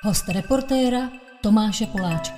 Host reportéra Tomáše Poláčka.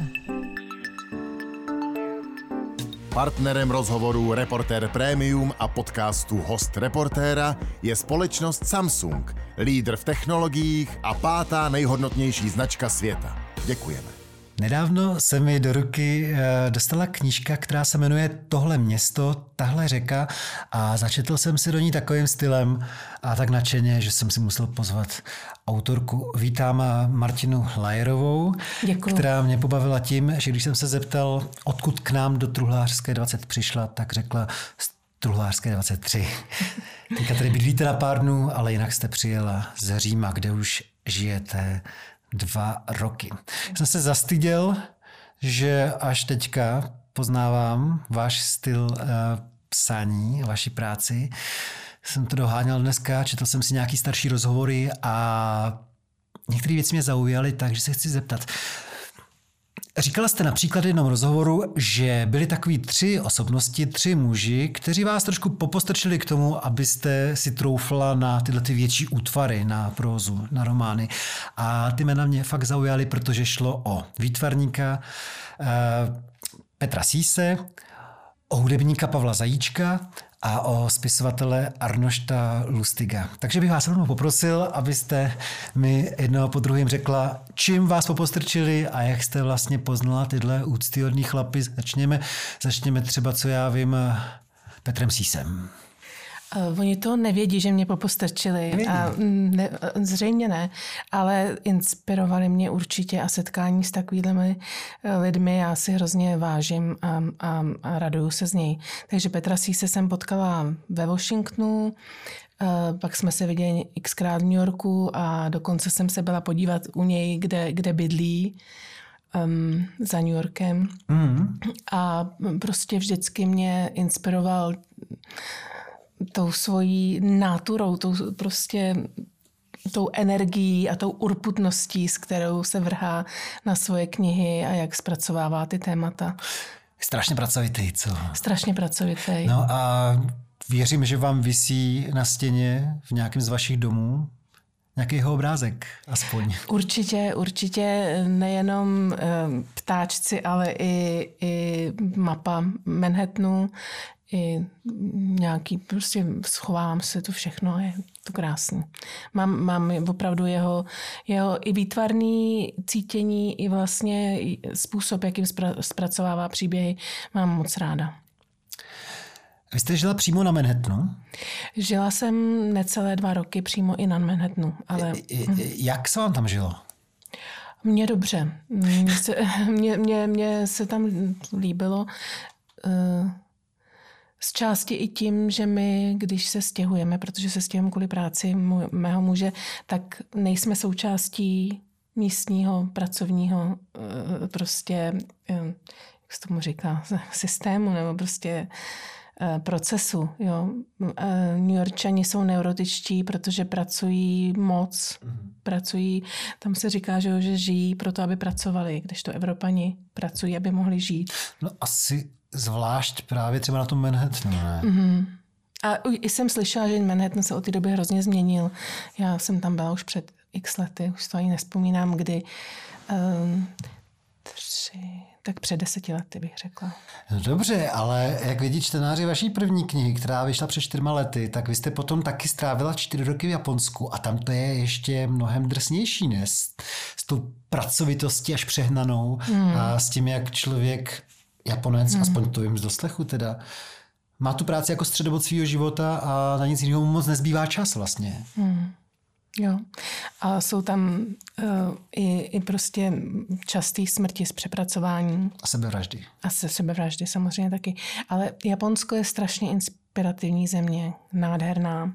Partnerem rozhovoru Reportér Premium a podcastu Host reportéra je společnost Samsung, lídr v technologiích a pátá nejhodnotnější značka světa. Děkujeme. Nedávno se mi do ruky dostala knížka, která se jmenuje Tohle město, tahle řeka a začetl jsem si do ní takovým stylem a tak nadšeně, že jsem si musel pozvat autorku. Vítám Martinu Lajerovou, Děkuju. Která mě pobavila tím, že když jsem se zeptal, odkud k nám do Truhlářské 20 přišla, tak řekla z Truhlářské 23. Teďka tady bydlíte na pár dnů, ale jinak jste přijela z Říma, kde už žijete 2 roky. Jsem se zastyděl, že až teďka poznávám váš styl psání, vaši práci. Jsem to doháněl dneska, četl jsem si nějaký starší rozhovory a některé věci mě zaujaly, takže se chci zeptat. Říkala jste například v jednom rozhovoru, že byli takový 3 osobnosti, 3 muži, kteří vás trošku popostrčili k tomu, abyste si troufla na tyhle ty větší útvary, na prózu, na romány. A ty jména mě fakt zaujaly, protože šlo o výtvarníka Petra Síse, o hudebníka Pavla Zajíčka a o spisovatele Arnošta Lustiga. Takže bych vás rovnou poprosil, abyste mi jednoho po druhém řekla, čím vás popostrčili a jak jste vlastně poznala tyhle úctyhodný chlapy. Začněme třeba, co já vím, Petrem Sísem. Oni to nevědí, že mě popostrčili. A zřejmě ne, ale inspirovali mě určitě a setkání s takovými lidmi já si hrozně vážím a raduju se z něj. Takže Petra Síse jsem potkala ve Washingtonu, pak jsme se viděli xkrát v New Yorku a dokonce jsem se byla podívat u něj, kde bydlí. Za New Yorkem. A prostě vždycky mě inspiroval tou svojí náturou, tou energií a tou urputností, s kterou se vrhá na svoje knihy a jak zpracovává ty témata. Strašně pracovitý, co? Strašně pracovitý. No a věřím, že vám visí na stěně v nějakém z vašich domů nějaký jeho obrázek aspoň. Určitě nejenom ptáčci, ale i mapa Manhattanu, i nějaký, prostě schovávám se to všechno, je to krásný. Mám opravdu jeho i výtvarný cítění, i vlastně způsob, jakým zpracovává příběhy, mám moc ráda. Vy jste žila přímo na Manhattanu? Žila jsem necelé 2 roky přímo i na Manhattanu. Ale... Jak se vám tam žilo? Mně dobře. Mně se tam líbilo. Z části i tím, že my, když se stěhujeme, protože se stěhujeme kvůli práci mého muže, tak nejsme součástí místního pracovního prostě, jak se tomu říká, systému nebo prostě procesu. Jo. Newyorčani jsou neurotičtí, protože pracují moc. Tam se říká, že žijí proto, aby pracovali, kdežto Evropani pracují, aby mohli žít. No asi zvlášť právě třeba na tom Manhattanu, ne? A jsem slyšela, že Manhattan se od té doby hrozně změnil. Já jsem tam byla už před x lety, už to ani nevzpomínám, kdy. 3, tak před 10 lety bych řekla. No dobře, ale jak vidí čtenáři vaší první knihy, která vyšla před 4 lety, tak vy jste potom taky strávila 4 roky v Japonsku a tam to je ještě mnohem drsnější, ne? S tou pracovitostí až přehnanou a s tím, jak člověk Japonec, aspoň to vím z doslechu teda, má tu práci jako středobod svýho života a na nic jiného moc nezbývá čas vlastně. Jo. A jsou tam i prostě častý smrti z přepracování. A sebevraždy. A sebevraždy samozřejmě taky. Ale Japonsko je strašně inspirativní země, nádherná.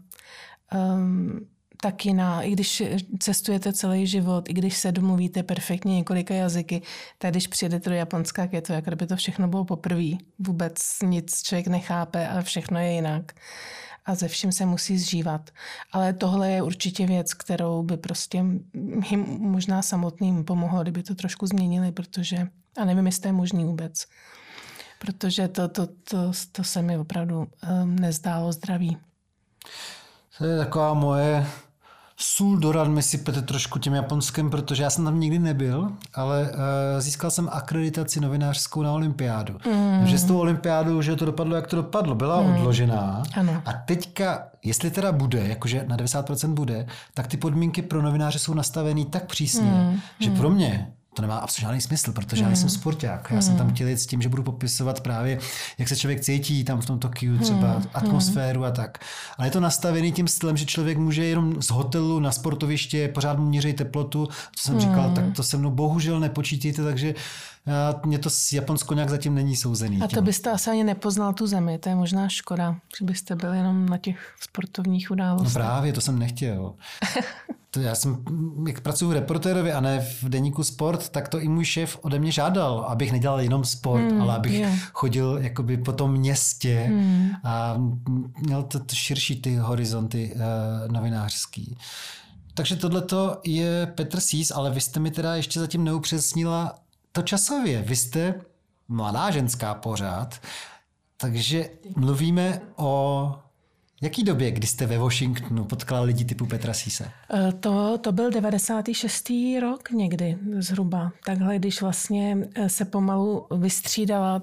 Taky i když cestujete celý život, i když se domluvíte perfektně několika jazyky, tak když přijedete do Japonska, je to, jako kdyby to všechno bylo poprvé. Vůbec nic člověk nechápe a všechno je jinak. A ze vším se musí zžívat. Ale tohle je určitě věc, kterou by prostě jim možná samotným pomohlo, kdyby to trošku změnili, protože, a nevím, jestli to je možný vůbec, protože to se mi opravdu nezdálo zdravý. To je taková moje Sůl do ran mi sypete trošku tím Japonskem, protože já jsem tam nikdy nebyl, ale získal jsem akreditaci novinářskou na olympiádu. Takže s tou olympiádou, že to dopadlo, jak to dopadlo, byla odložená. Ano. A teďka, jestli teda bude, jakože na 90% bude, tak ty podmínky pro novináře jsou nastavený tak přísně, že pro mě to nemá absolutně žádný smysl, protože já nejsem sporták. Já jsem tam chtěl jít s tím, že budu popisovat právě, jak se člověk cítí tam v tom Tokiu, třeba atmosféru a tak. Ale je to nastavený tím stylem, že člověk může jenom z hotelu na sportoviště, pořád mu měří teplotu. Co jsem říkal, tak to se mnou bohužel nepočítíte, takže mě to Japonsko nějak zatím není souzený. A to byste asi ani nepoznal tu zemi, to je možná škoda, že byste byl jenom na těch sportovních událostech. No právě, to jsem nechtěl. Já jsem, jak pracuji v Reportérovi a ne v deníku Sport, tak to i můj šéf ode mě žádal, abych nedělal jenom sport, ale abych chodil jakoby po tom městě a měl to širší ty horizonty novinářský. Takže tohleto je Petr Sýs, ale vy jste mi teda ještě zatím neupřesnila to časově. Vy jste mladá ženská pořád, takže mluvíme o jaký době, kdy jste ve Washingtonu potkala lidi typu Petra Sýse? To byl 96. rok někdy zhruba. Takhle, když vlastně se pomalu vystřídala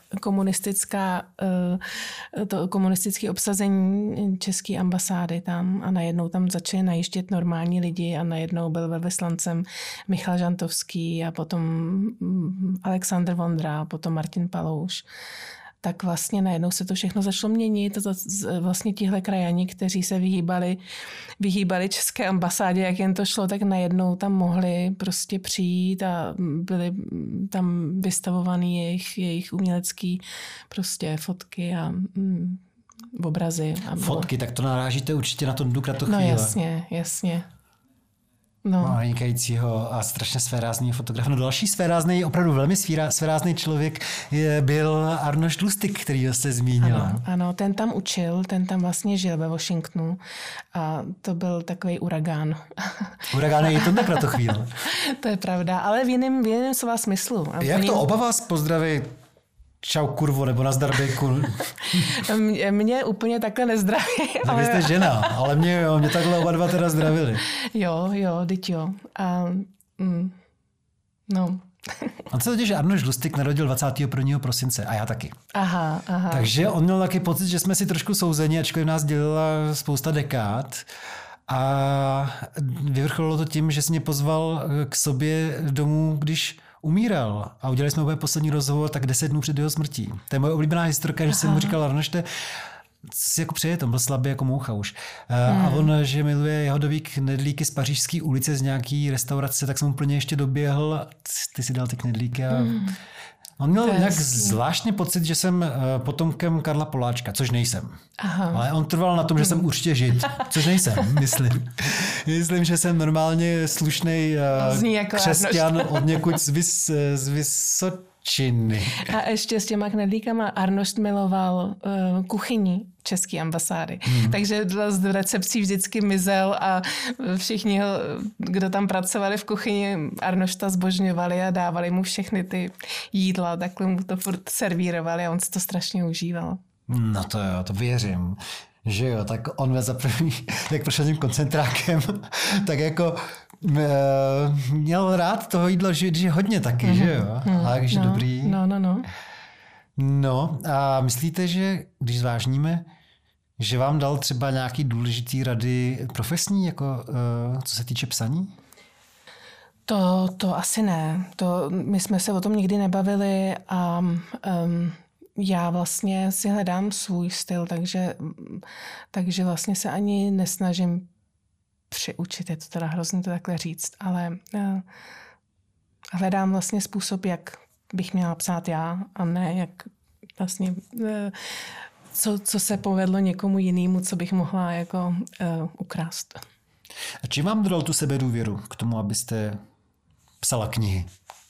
to komunistické obsazení české ambasády tam a najednou tam začali najíždět normální lidi a najednou byl velvyslancem Michal Žantovský a potom Alexandr Vondra a potom Martin Palouš. Tak vlastně najednou se to všechno začalo měnit. Vlastně tihle krajani, kteří se vyhýbali české ambasádě, jak jen to šlo, tak najednou tam mohli prostě přijít a byly tam vystavované jejich umělecké prostě fotky a obrazy. Fotky, tak to narážíte určitě na to Dudu Kratochvíle. No jasně. No. Vynikajícího a strašně svérázný fotograf. No další svérázný, opravdu velmi svérázný člověk byl Arnošt Lustig, který jste zmínila. Ano, ten tam učil, ten tam vlastně žil ve Washingtonu a to byl takový uragán. Uragán je i Duda Kratochvíle. To je pravda, ale v jiném slova smyslu. Jak to oba vás pozdraví? Čau kurvo, nebo nazdar bejku. Mě úplně takhle nezdraví. Tak vy jste žena, ale mě takhle oba dva teda zdravili. Jo, teď jo. No. On se totiž Arnošt Lustig narodil 21. prosince a já taky. Aha. Takže on měl taky pocit, že jsme si trošku souzeni, ačkoliv nás dělila spousta dekád. A vyvrcholilo to tím, že si mě pozval k sobě domů, když umíral. A udělali jsme úplně poslední rozhovor tak 10 dnů před jeho smrtí. To je moje oblíbená historka, že jsem mu říkal, Arnošte, co si jako přeje, on byl slabý jako moucha už. A on, že miluje jahodový knedlíky z Pařížské ulice z nějaký restaurace, tak jsem úplně ještě doběhl, ty si dal ty knedlíky a on měl nějak zvláštně pocit, že jsem potomkem Karla Poláčka, což nejsem. Aha. Ale on trval na tom, že jsem určitě Žid, což nejsem, myslím. Myslím, že jsem normálně slušnej křesťan od někud z Vysočiny. A ještě s těma knedlíkama Arnošt miloval kuchyni české ambasády. Takže z recepcí vždycky mizel a všichni, kdo tam pracovali v kuchyni, Arnošta zbožňovali a dávali mu všechny ty jídla, takhle mu to furt servírovali a on si to strašně užíval. No to jo, to věřím. Že jo, tak on za první, jak prošel tím koncentrákem, tak jako měl rád toho jídla, že hodně taky, že jo? Takže dobrý. No. No a myslíte, že když zvážníme, že vám dal třeba nějaký důležitý rady profesní, jako co se týče psaní? To asi ne. My jsme se o tom nikdy nebavili a já vlastně si hledám svůj styl, takže vlastně se ani nesnažím přiučit, je to teda hrozně to takhle říct, ale hledám vlastně způsob, jak bych měla psát já a ne jak vlastně co se povedlo někomu jinému, co bych mohla jako ukrást. A čím vám dodal tu sebedůvěru k tomu, abyste psala knihy?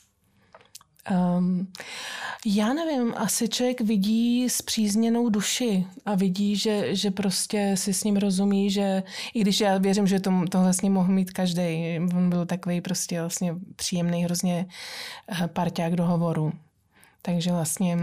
Já nevím, asi člověk vidí spřízněnou duši a vidí, že prostě si s ním rozumí, že i když já věřím, že to vlastně mohl mít každý, on byl takový prostě vlastně příjemný, hrozně parťák do hovoru. Takže vlastně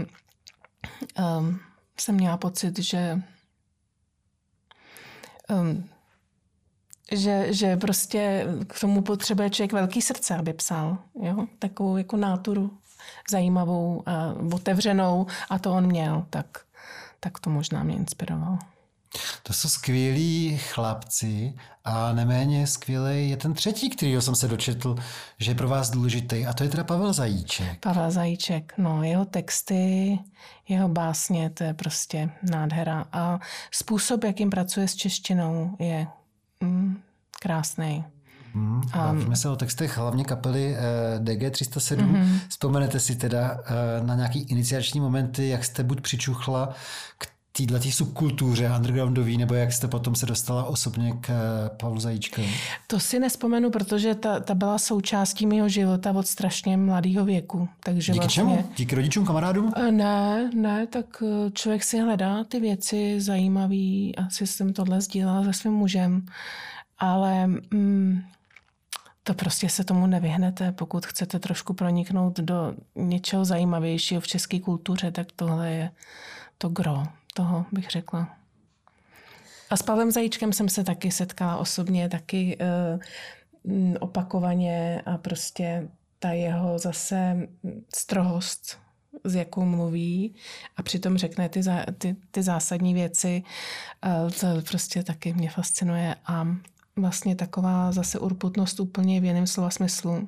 jsem měla pocit, že prostě k tomu potřebuje člověk velký srdce, aby psal. Jo? Takovou jako náturu zajímavou, otevřenou a to on měl, tak to možná mě inspirovalo. To jsou skvělí chlapci a neméně skvělý je ten třetí, kterýho jsem se dočetl, že je pro vás důležitý a to je teda Pavel Zajíček. Pavel Zajíček, no jeho texty, jeho básně, to je prostě nádhera a způsob, jakým pracuje s češtinou, je krásný. Bavíme se o textech hlavně kapely DG307. Vzpomenete si teda na nějaký iniciační momenty, jak jste buď přičuchla k této subkultuře undergroundový, nebo jak jste potom se dostala osobně k Pavlu Zajíčkovi? To si nespomenu, protože ta byla součástí mého života od strašně mladého věku. Takže díky vlastně... čemu? Díky rodičům, kamarádům? Ne, tak člověk si hledá ty věci zajímavý. Asi jsem tohle sdílela se svým mužem. Ale to prostě se tomu nevyhnete. Pokud chcete trošku proniknout do něčeho zajímavějšího v české kultuře, tak tohle je to gro toho, bych řekla. A s Pavlem Zajíčkem jsem se taky setkala osobně, taky opakovaně a prostě ta jeho zase strohost, s jakou mluví a přitom řekne ty zásadní věci, to prostě taky mě fascinuje a vlastně taková zase urputnost úplně v jiném slova smyslu.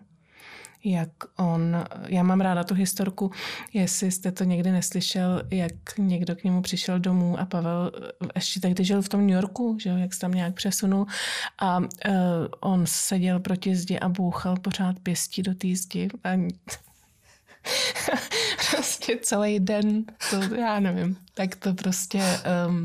Já mám ráda tu historku, jestli jste to někdy neslyšel, jak někdo k němu přišel domů a Pavel ještě tehdy žil v tom New Yorku, že jo, jak se tam nějak přesunul a on seděl proti zdi a bouchal pořád pěstí do té zdi a prostě celý den, to já nevím, tak to prostě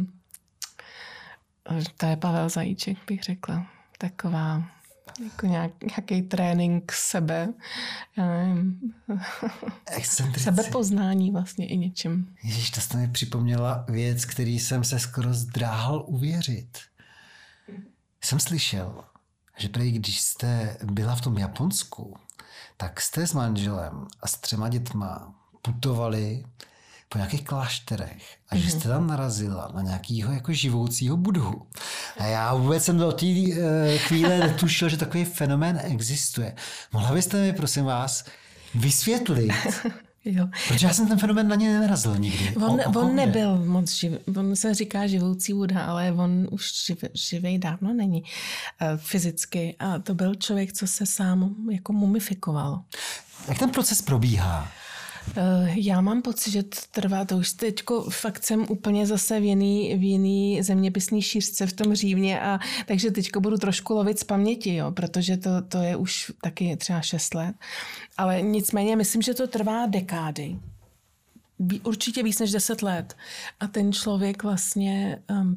to je Pavel Zajíček, bych řekla. Taková jako nějaký trénink sebe. Já nevím. Sebepoznání vlastně i něčem. Ježiš, to jste mi připomněla věc, který jsem se skoro zdráhal uvěřit. Jsem slyšel, že prý, když jste byla v tom Japonsku, tak jste s manželem a s 3 dětma putovali po nějakých klášterech a že jste tam narazila na nějakýho jako živoucího Budhu. A já vůbec jsem do té chvíle netušil, že takový fenomén existuje. Mohla byste mi, prosím vás, vysvětlit? Jo. Protože já jsem ten fenomén na ně nenarazil nikdy. On nebyl moc živý. On se říká živoucí Buddha, ale on už živej dávno není fyzicky. A to byl člověk, co se sám jako mumifikoval. Jak ten proces probíhá? Já mám pocit, že to trvá, to už teďko fakt jsem úplně zase v jiný zeměpisný šířce v tom Římě a takže teďko budu trošku lovit z paměti, jo, protože to je už taky třeba 6 let. Ale nicméně myslím, že to trvá dekády. Určitě víc než 10 let. A ten člověk vlastně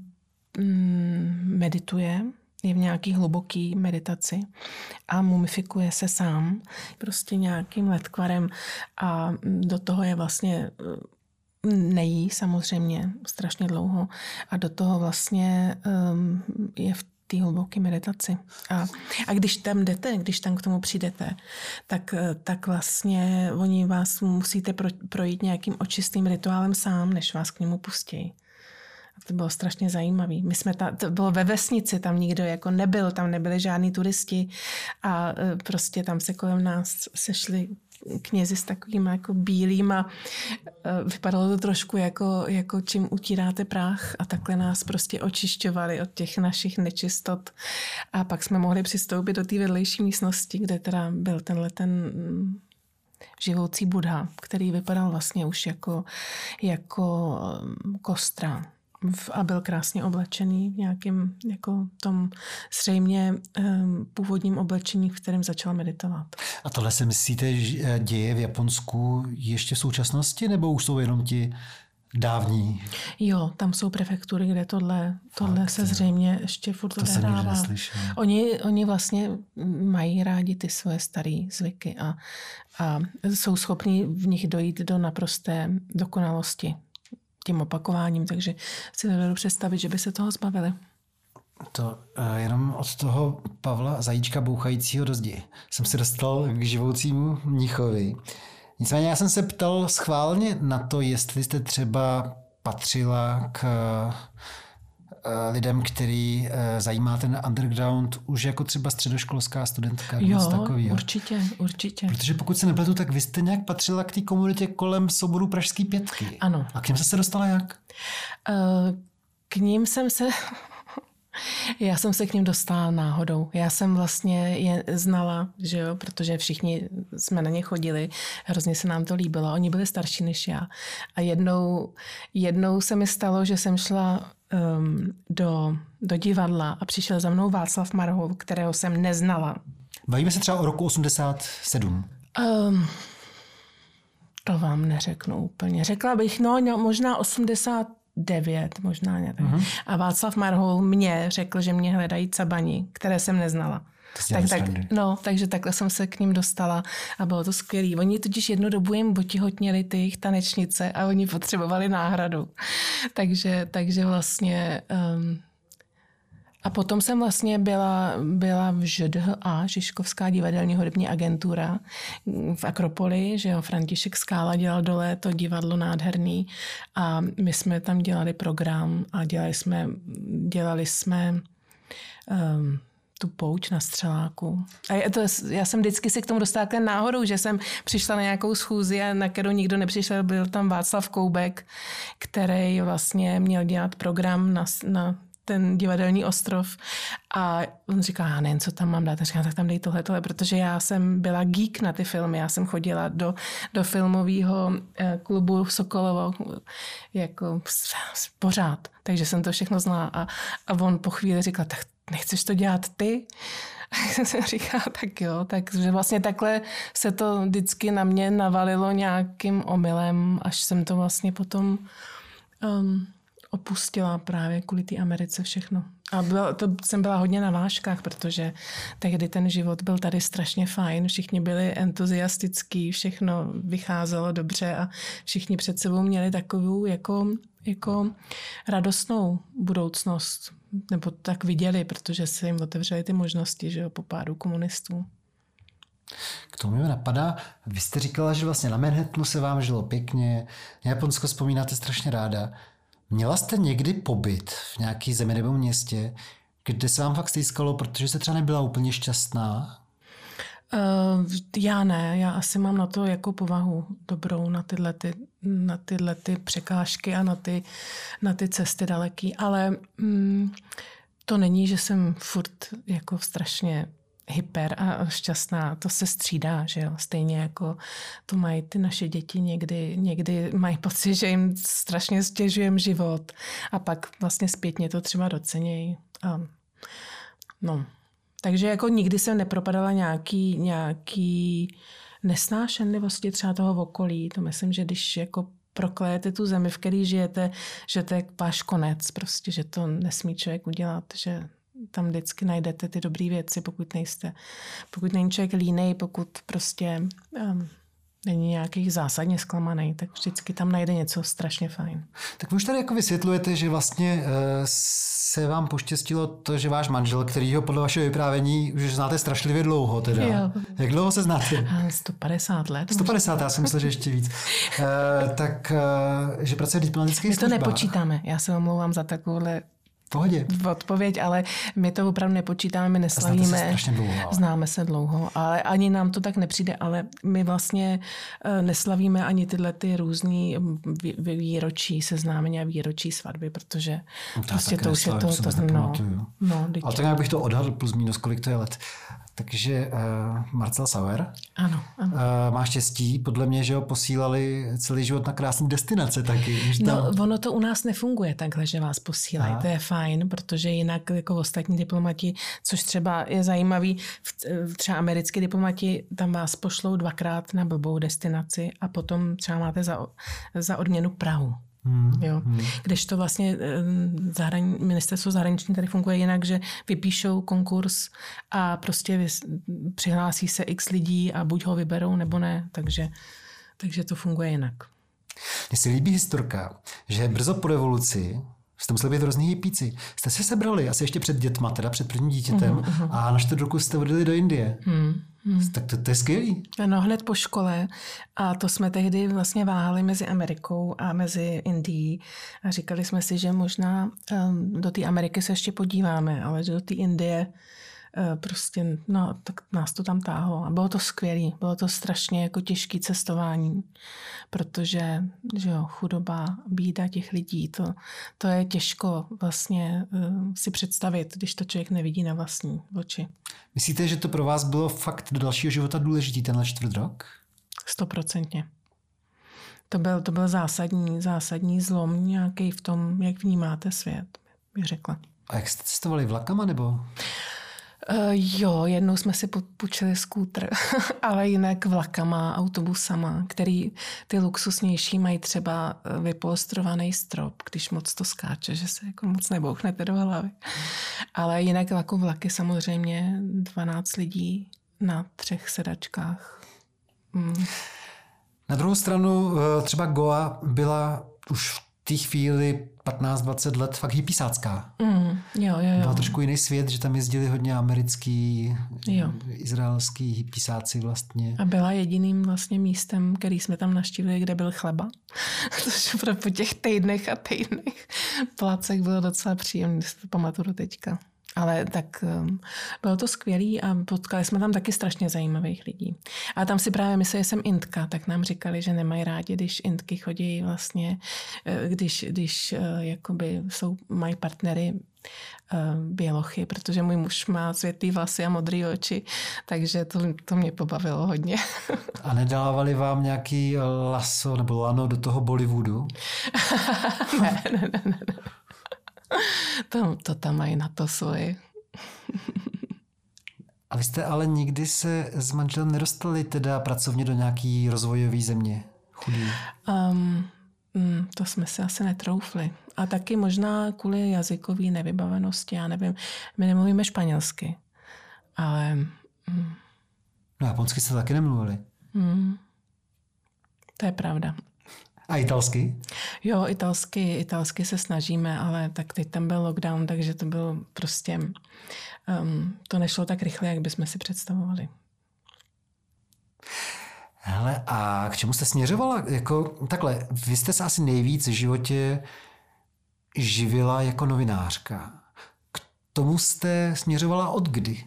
medituje, je v nějaký hluboký meditaci a mumifikuje se sám prostě nějakým letkvarem a do toho je vlastně nejí samozřejmě strašně dlouho a do toho vlastně je v té hluboké meditaci. A když tam jdete, když tam k tomu přijdete, tak vlastně oni vás musíte projít nějakým očistým rituálem sám, než vás k němu pustí. A to bylo strašně zajímavý. To bylo ve vesnici, tam nikdo jako nebyl, tam nebyli žádní turisti a prostě tam se kolem nás sešli knězi s takovým jako bílýma. Vypadalo to trošku jako čím utíráte prach a takhle nás prostě očišťovali od těch našich nečistot. A pak jsme mohli přistoupit do té vedlejší místnosti, kde teda byl ten živoucí Buddha, který vypadal vlastně už jako kostra. A byl krásně oblečený v nějakém jako tom zřejmě původním oblečení, v kterém začal meditovat. A tohle se myslíte, že děje v Japonsku ještě v současnosti, nebo už jsou jenom ti dávní? Jo, tam jsou prefektury, kde tohle se zřejmě ještě furt odehrává. Oni vlastně mají rádi ty svoje staré zvyky a jsou schopni v nich dojít do naprosté dokonalosti tím opakováním, takže si nedovedu představit, že by se toho zbavili. To jenom od toho Pavla Zajíčka bouchajícího do zdi jsem se dostal k živoucímu mnichovi. Nicméně já jsem se ptal schválně na to, jestli jste třeba patřila k lidem, který zajímá ten underground už jako třeba středoškolská studentka? Jo, určitě. Protože pokud se nepletu, tak vy jste nějak patřila k té komunitě kolem souboru Pražský pětky. Ano. A k něm jste se dostala jak? K ním jsem se... Já jsem se k ním dostala náhodou. Já jsem vlastně je znala, že jo, protože všichni jsme na ně chodili. Hrozně se nám to líbilo. Oni byli starší než já. A jednou se mi stalo, že jsem šla do divadla a přišel za mnou Václav Marhoul, kterého jsem neznala. Bavíme se třeba o roku 87. To vám neřeknu úplně. Řekla bych, možná 89, možná ne. A Václav Marhoul mě řekl, že mě hledají cabani, které jsem neznala. Takže takhle jsem se k ním dostala a bylo to skvělý. Oni totiž jednu dobu jim otěhotněli ty jejich tanečnice a oni potřebovali náhradu. Takže vlastně... A potom jsem vlastně byla v ŽDHA, Žižkovská divadelní hudební agentura v Akropoli, že jo, František Skála dělal dole to divadlo nádherný a my jsme tam dělali program a dělali jsme tu pouč na Střeláku. A já jsem vždycky si k tomu dostala náhodou, že jsem přišla na nějakou schůzi a na kterou nikdo nepřišel, byl tam Václav Koubek, který vlastně měl dělat program na ten divadelní ostrov a on říká, já nevím, co tam mám dát. A říká, tak tam dej tohle, protože já jsem byla geek na ty filmy. Já jsem chodila do filmového klubu Sokolovo jako pořád. Takže jsem to všechno znala a on po chvíli říkal, tak nechceš to dělat ty? A jsem říkala, tak jo. Takže vlastně takhle se to vždycky na mě navalilo nějakým omylem, až jsem to vlastně potom opustila právě kvůli té Americe všechno. A jsem byla hodně na vážkách, protože tehdy ten život byl tady strašně fajn, všichni byli entuziastický, všechno vycházelo dobře a všichni před sebou měli takovou jako radostnou budoucnost. Nebo tak viděli, protože se jim otevřely ty možnosti, že jo, po pádu komunistů. K tomu mi napadá, vy jste říkala, že vlastně na Manhattanu se vám žilo pěkně, na Japonsko vzpomínáte strašně ráda. Měla jste někdy pobyt v nějaký zemi nebo městě, kde se vám fakt stýskalo, protože jste třeba nebyla úplně šťastná? Já ne, já asi mám na to jako povahu dobrou na tyhle ty překážky a na ty cesty daleký, ale to není, že jsem furt jako strašně hyper a šťastná, to se střídá, že jo, stejně jako to mají ty naše děti někdy mají pocit, že jim strašně stěžujeme život a pak vlastně zpětně to třeba docenějí. Takže jako nikdy jsem nepropadala nějaký nesnášenlivosti třeba toho okolí, to myslím, že když jako proklejete tu zemi, v které žijete, že to je váš konec, prostě, že to nesmí člověk udělat, že tam vždycky najdete ty dobré věci, pokud není člověk línej, pokud prostě není nějaký zásadně zklamaný, tak vždycky tam najde něco strašně fajn. Tak vy už tady jako vysvětlujete, že vlastně se vám poštěstilo to, že váš manžel, který ho podle vašeho vyprávění už znáte strašlivě dlouho teda. Jo. Jak dlouho se znáte? 150 let. 150, já jsem myslel, že ještě víc. Že pracuje v diplomatických službách. My to nepočítáme, já se omlouvám za takovouhle pohodě. Odpověď, ale my to opravdu nepočítáme, my neslavíme. Známe se dlouho, ale ani nám to tak nepřijde, ale my vlastně neslavíme ani tyhle ty různý výročí seznámení a výročí svatby, protože prostě to už je to. Ale tak jak bych to odhadl plus minus, kolik to je let. Takže Marcel Sauer má štěstí, podle mě, že ho posílali celý život na krásné destinace taky. Ono to u nás nefunguje takhle, že vás posílají. To je fajn, protože jinak jako ostatní diplomati, což třeba je zajímavý, třeba americký diplomati tam vás pošlou 2krát na blbou destinaci a potom třeba máte za odměnu Prahu. Jo. Když to vlastně ministerstvo zahraniční tady funguje jinak, že vypíšou konkurs a prostě přihlásí se x lidí a buď ho vyberou, nebo ne. Takže to funguje jinak. Mně se líbí historka, že brzo po revoluci jste museli být hrozný hippíci. Jste se sebrali asi ještě před dětma, teda před prvním dítětem a na 4 roku jste odjeli do Indie. Tak to je skvělý. No, hned po škole. A to jsme tehdy vlastně váhali mezi Amerikou a mezi Indií. A říkali jsme si, že možná do té Ameriky se ještě podíváme, ale že do té Indie prostě, no, tak nás to tam táhlo. A bylo to skvělý. Bylo to strašně jako těžké cestování, protože že jo, chudoba, bída těch lidí, to je těžko vlastně si představit, když to člověk nevidí na vlastní oči. Myslíte, že to pro vás bylo fakt do dalšího života důležitý tenhle čtvrt rok? 100%. To byl zásadní zlom nějaký v tom, jak vnímáte svět, bych řekla. A jak jste cestovali, vlakama nebo? Jo, jednou jsme si půjčili skútr, ale jinak vlakama, autobusama, který ty luxusnější mají třeba vypolstrovaný strop, když moc to skáče, že se jako moc nebouchnete do hlavy. Ale jinak jako vlaky samozřejmě 12 lidí na 3 sedačkách. Na druhou stranu třeba Goa byla už v té chvíli 15-20 let fakt hippisácká. Jo. Byl trošku jiný svět, že tam jezdili hodně americký, izraelský hippisáci vlastně. A byla jediným vlastně místem, který jsme tam navštívili, kde byl chleba. Což po těch týdnech a týdnech placek bylo docela příjemný, si to pamatuju teďka. Ale tak bylo to skvělý a potkali jsme tam taky strašně zajímavých lidí. A tam si právě mysleli, že jsem Indka, tak nám říkali, že nemají rádi, když Indky chodí vlastně, když jakoby mají partnery bělochy, protože můj muž má světlý vlasy a modré oči, takže to mě pobavilo hodně. A nedávali vám nějaký laso nebo lano do toho Bollywoodu? Ne. To tam mají na to svoje. A vy jste ale nikdy se s manželem nedostali teda pracovně do nějaký rozvojové země? Chudý. To jsme si asi netroufli. A taky možná kvůli jazykové nevybavenosti, já nevím, my nemluvíme španělsky, ale... No japonsky jste taky nemluvili. To je pravda. A italsky? Jo, italsky se snažíme, ale tak teď tam byl lockdown, takže to bylo prostě... to nešlo tak rychle, jak bychom si představovali. Hele, a k čemu jste směřovala? Jako, takhle, vy jste se asi nejvíc v životě živila jako novinářka. K tomu jste směřovala od kdy?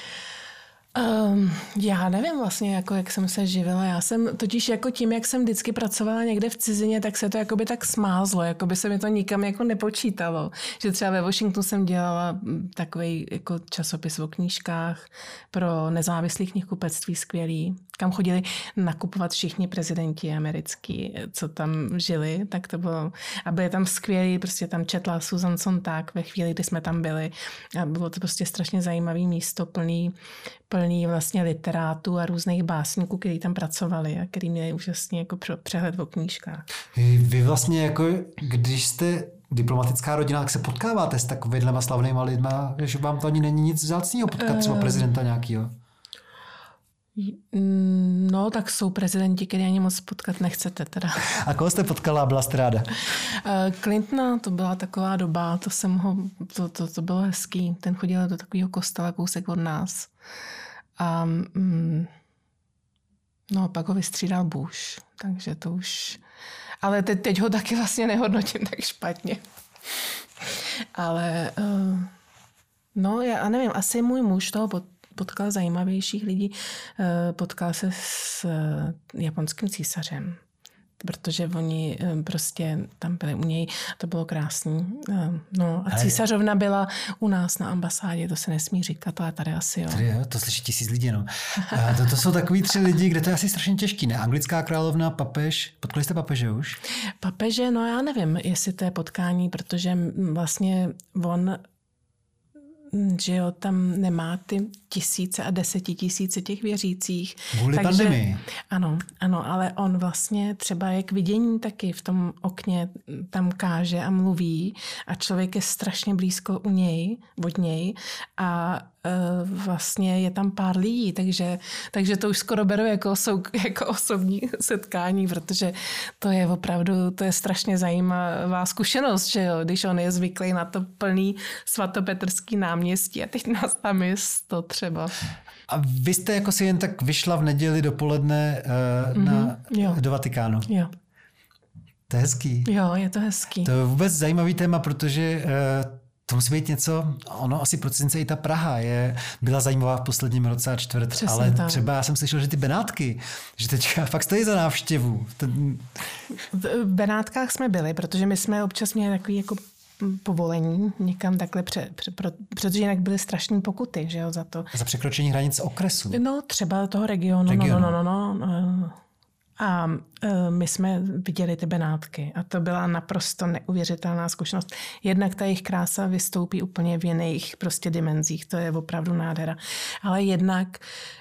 Já nevím vlastně, jako jak jsem se živila. Já jsem totiž jako tím, jak jsem vždycky pracovala někde v cizině, tak se to jakoby tak smázlo, jakoby se mi to nikam jako nepočítalo. Že třeba ve Washingtonu jsem dělala takový jako časopis o knížkách pro nezávislý knihkupectví skvělý, kam chodili nakupovat všichni prezidenti americký, co tam žili, tak to bylo, a byli tam skvělí, prostě tam četla Susan Sontag ve chvíli, kdy jsme tam byli a bylo to prostě strašně zajímavý místo, plný vlastně literátů a různých básníků, kteří tam pracovali a kteří měli úžasný jako přehled o knížkách. Vy vlastně jako, když jste diplomatická rodina, tak se potkáváte s takovýhlema slavnýma lidma, že vám to ani není nic vzácného potkat třeba prezidenta nějakýho. No, tak jsou prezidenti, který ani moc potkat nechcete teda. A koho jste potkala a byla jste ráda? Clintona, to byla taková doba, to bylo hezký. Ten chodil do takového kostela kousek od nás. A no, pak ho vystřídal Bush, takže to už... Ale teď ho taky vlastně nehodnotím tak špatně. Ale no, já nevím, asi můj muž toho potkal zajímavějších lidí. Potkal se s japonským císařem, protože oni prostě tam byli u něj, to bylo krásný. No a císařovna byla u nás na ambasádě, to se nesmí říkat, ale tady asi jo. Tady jo, to slyší 1000 lidí, no. To jsou takový 3 lidi, kde to je asi strašně těžký, ne? Anglická královna, papež. Potkali jste papeže už? Papeže, no já nevím, jestli to je potkání, protože vlastně on, že jo, tam nemá ty tisíce a 10 000 těch věřících. Kvůli pandemii. Ano, ale on vlastně třeba je k vidění taky v tom okně tam káže a mluví a člověk je strašně blízko od něj a vlastně je tam pár lidí, takže to už skoro beru jako osobní setkání, protože to je opravdu, to je strašně zajímavá zkušenost, že jo, když on je zvyklý na to plný svatopetrský náměstí a teď nás tam je 100 třeba. A vy jste jako si jen tak vyšla v neděli dopoledne do Vatikánu. Jo. To je hezký. Jo, je to hezký. To je vůbec zajímavý téma, protože to musí být něco, ono asi pro cizince i ta Praha byla zajímavá v posledním roce a čtvrt, přesně ale tak. Třeba já jsem slyšel, že ty Benátky, že teďka fakt stojí za návštěvu. V Benátkách jsme byli, protože my jsme občas měli takový jako povolení někam takhle, protože jinak byly strašné pokuty, že jo, za to. Za překročení hranic okresu. No, třeba toho regionu. No. A my jsme viděli ty Benátky a to byla naprosto neuvěřitelná zkušenost. Jednak ta jejich krása vystoupí úplně v jiných prostě dimenzích, to je opravdu nádhera. Ale jednak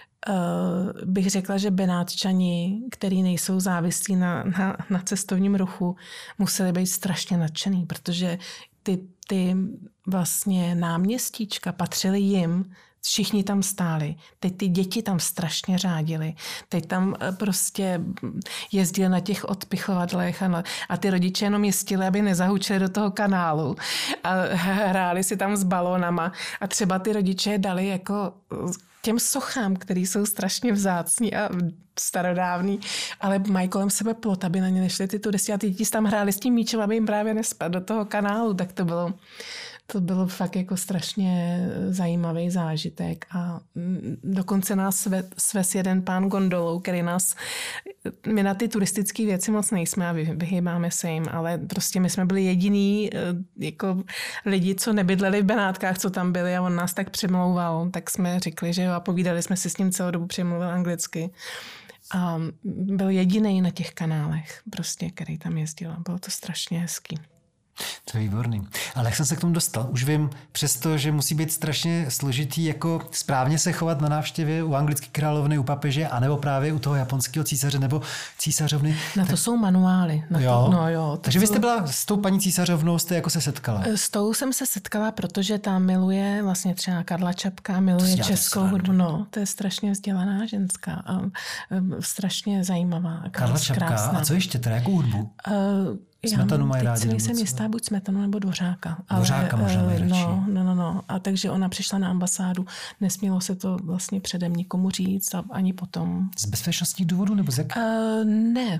bych řekla, že Benátčani, který nejsou závislí na cestovním ruchu, museli být strašně nadšený, protože ty vlastně náměstíčka patřily jim, všichni tam stáli. Teď ty děti tam strašně řádily. Teď tam prostě jezdili na těch odpichovadlech a ty rodiče jenom jistili, aby nezahučili do toho kanálu. A hráli si tam s balónama. A třeba ty rodiče dali jako těm sochám, který jsou strašně vzácní a starodávný, ale mají kolem sebe plot, aby na ně nešli ty turisti a ty děti tam hráli s tím míčem, aby jim právě nespadl do toho kanálu. Tak to bylo fakt jako strašně zajímavý zážitek a dokonce nás svez jeden pán gondolou, který my na ty turistické věci moc nejsme a vyhýbáme se jim, ale prostě my jsme byli jediný jako lidi, co nebydleli v Benátkách, co tam byli a on nás tak přemlouval, tak jsme řekli, že jo a povídali jsme si s ním celou dobu, přemluvil anglicky. A byl jediný na těch kanálech, prostě, který tam jezdil. Bylo to strašně hezký. To je výborný. Ale jak jsem se k tomu dostal? Už vím, přesto, že musí být strašně složitý jako správně se chovat na návštěvě u anglické královny, u papeže, anebo právě u toho japonského císaře nebo císařovny. Na to jsou manuály. Jo. Takže vy jste byla s tou paní císařovnou, jste jako se setkala? S tou jsem se setkala, protože ta miluje vlastně třeba Karla Čapka, miluje českou hudbu. No, to je strašně vzdělaná ženská a strašně zajímavá. Karla Čapka. Krásná. A co ještě teda? Jakou hudbu? Smetanu mají rádi. Teď nejsem jistá, buď Smetanu nebo Dvořáka. Dvořáka možná nejradši. No. A takže ona přišla na ambasádu. Nesmělo se to vlastně předem nikomu říct a ani potom. Z bezpečnostních důvodů nebo z jak? Ne.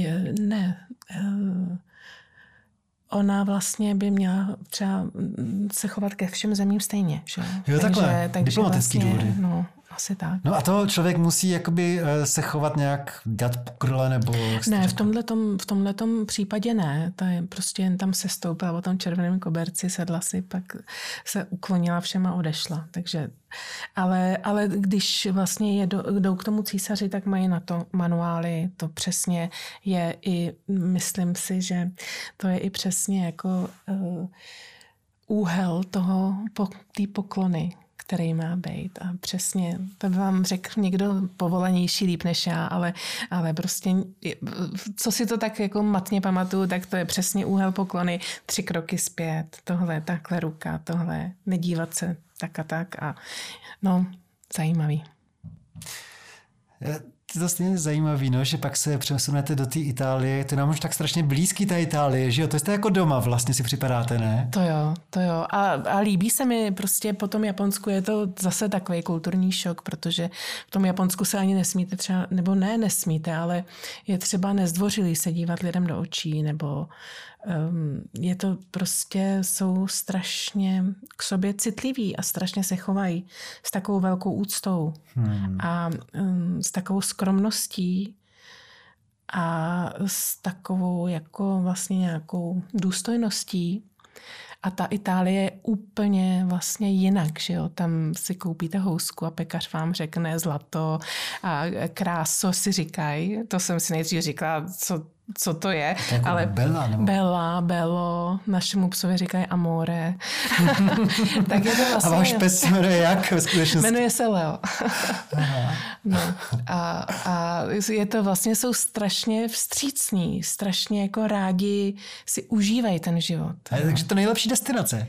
Ona vlastně by měla třeba se chovat ke všem zemím stejně. Že? Jo, takhle. Diplomatický vlastně, důvody. No, asi tak. No a to člověk musí jakoby se chovat nějak, dělat pokrle nebo... Ne, v tomhletom případě ne. Ta je prostě jen tam se stoupila o tom červeném koberci, sedla si, pak se uklonila všem a odešla. Takže, ale když vlastně jdou k tomu císaři, tak mají na to manuály. To přesně je i, myslím si, že to je i přesně jako úhel té poklony, který má být. A přesně, to by vám řekl někdo povolanější líp než já, ale prostě, co si to tak jako matně pamatuju, tak to je přesně úhel poklony, 3 kroky zpět, tohle, takhle ruka, tohle, nedívat se tak a tak a no, zajímavý. To je stejně zajímavý, no, že pak se přesunete do té Itálie. To je nám už tak strašně blízký ta Itálie, že jo? To jste jako doma vlastně si připadáte, ne? To jo. A líbí se mi prostě po tom Japonsku, je to zase takový kulturní šok, protože v tom Japonsku se ani nesmíte třeba, nebo ne nesmíte, ale je třeba nezdvořilý se dívat lidem do očí, nebo je to prostě, jsou strašně k sobě citliví a strašně se chovají s takovou velkou úctou a s takovou skromností a s takovou jako vlastně nějakou důstojností. A ta Itálie je úplně vlastně jinak, že jo. Tam si koupíte housku a pekař vám řekne zlato a kráso si říkají. To jsem si nejdřív říkala, co to je. Jako ale Bella, Bello, našemu psovi říkají amore. Tak je to vlastně... A váš pes se jmenuje jak ve skutečnosti? Jmenuje se Leo. No. A je to vlastně, jsou strašně vstřícní, strašně jako rádi si užívají ten život. Takže to nejlepší destinace.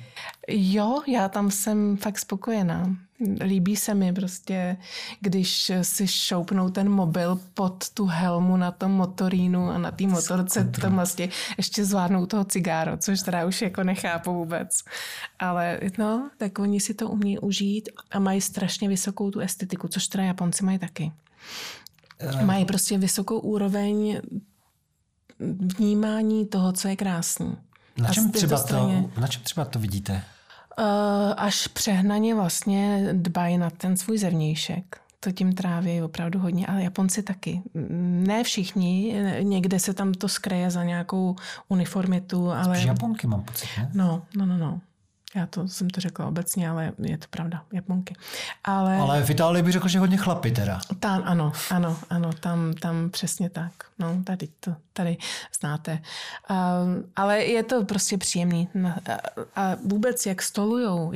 Jo, já tam jsem fakt spokojená. Líbí se mi prostě, když si šoupnou ten mobil pod tu helmu na tom motorínu a na té motorce tam vlastně ještě zvládnou toho cigáro, což teda už jako nechápu vůbec. Ale no, tak oni si to umí užít a mají strašně vysokou tu estetiku, což teda Japonci mají taky. Mají prostě vysokou úroveň vnímání toho, co je krásný. Na čem třeba to vidíte? Až přehnaně vlastně dbají na ten svůj zevnějšek. To tím tráví opravdu hodně, ale Japonci taky. Ne všichni, někde se tam to skryje za nějakou uniformitu, ale... Spíš Japonky mám pocit, ne? No. Já jsem to řekla obecně, ale je to pravda, Japonky. Ale v Itálii bych řekl, že hodně chlapi teda. Tam, ano, tam přesně tak. No, tady znáte. Ale je to prostě příjemný. A vůbec jak stolujou,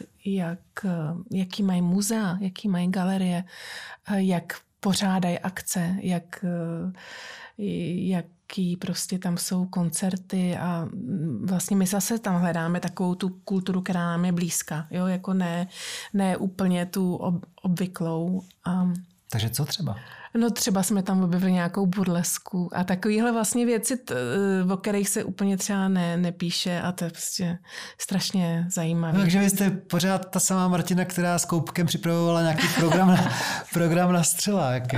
jaký mají muzea, jaký mají galerie, jak pořádají akce, jaký prostě tam jsou koncerty a vlastně my zase tam hledáme takovou tu kulturu, která nám je blízká, jo, jako ne úplně tu obvyklou. Takže co třeba? No třeba jsme tam objevili nějakou burlesku a takovýhle vlastně věci, o kterých se úplně třeba nepíše a to je prostě strašně zajímavé. No, takže vy jste pořád ta samá Martina, která s Koupkem připravovala nějaký program na střelák.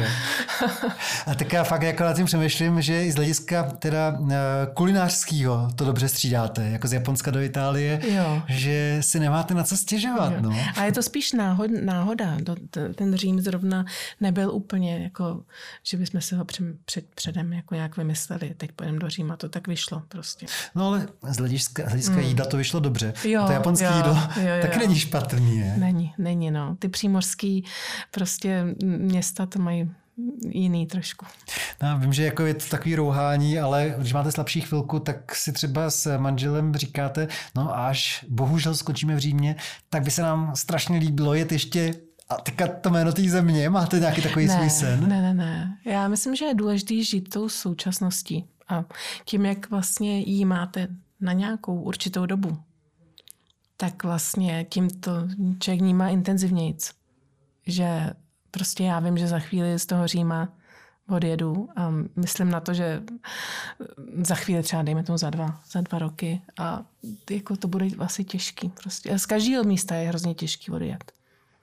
A tak já fakt jako nad tím přemýšlím, že i z hlediska teda kulinářského to dobře střídáte, jako z Japonska do Itálie, jo. Že si nemáte na co stěžovat. No. A je to spíš náhoda. Ten Řím zrovna nebyl úplně jako že bychom si ho předem jako nějak vymysleli. Teď pojedeme do Říma, to tak vyšlo prostě. No ale z hlediska jídla to vyšlo dobře. Jo, to japonské jídlo taky není špatný. Je? Není, no. Ty přímořský prostě města to mají jiný trošku. No, vím, že jako je to takový rouhání, ale když máte slabší chvilku, tak si třeba s manželem říkáte, no až bohužel skončíme v Římě, tak by se nám strašně líbilo jet ještě. A teďka to jméno té země, máte nějaký takový svůj sen? Ne. Já myslím, že je důležité žít tou současností. A tím, jak vlastně jí máte na nějakou určitou dobu, tak vlastně tím to člověk vnímá intenzivnějc. Že prostě já vím, že za chvíli z toho Říma odjedu a myslím na to, že za chvíli třeba dejme tomu za dva roky a jako to bude asi těžký. Prostě. Z každého místa je hrozně těžký odjet.